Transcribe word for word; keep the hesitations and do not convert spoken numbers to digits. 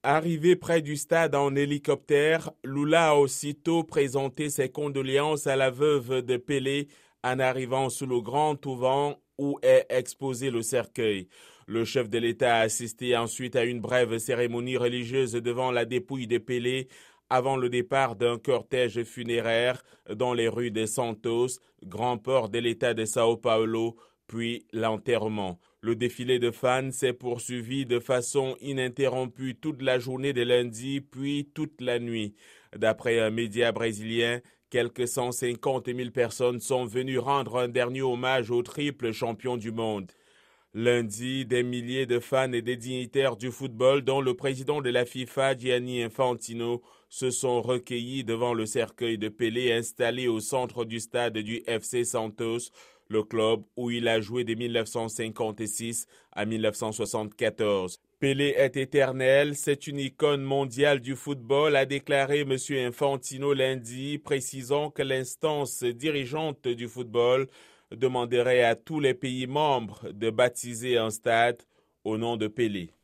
Arrivé près du stade en hélicoptère, Lula a aussitôt présenté ses condoléances à la veuve de Pelé en arrivant sous le grand auvent où est exposé le cercueil. Le chef de l'État a assisté ensuite à une brève cérémonie religieuse devant la dépouille de Pelé avant le départ d'un cortège funéraire dans les rues de Santos, grand port de l'État de Sao Paulo, puis l'enterrement. Le défilé de fans s'est poursuivi de façon ininterrompue toute la journée de lundi, puis toute la nuit. D'après un média brésilien, quelques cent cinquante mille personnes sont venues rendre un dernier hommage au triple champion du monde. Lundi, des milliers de fans et des dignitaires du football, dont le président de la FIFA, Gianni Infantino, se sont recueillis devant le cercueil de Pelé installé au centre du stade du F C Santos, le club où il a joué de mille neuf cent cinquante-six à mille neuf cent soixante-quatorze. Pelé est éternel, c'est une icône mondiale du football, a déclaré M. Infantino lundi, précisant que l'instance dirigeante du football demanderait à tous les pays membres de baptiser un stade au nom de Pelé.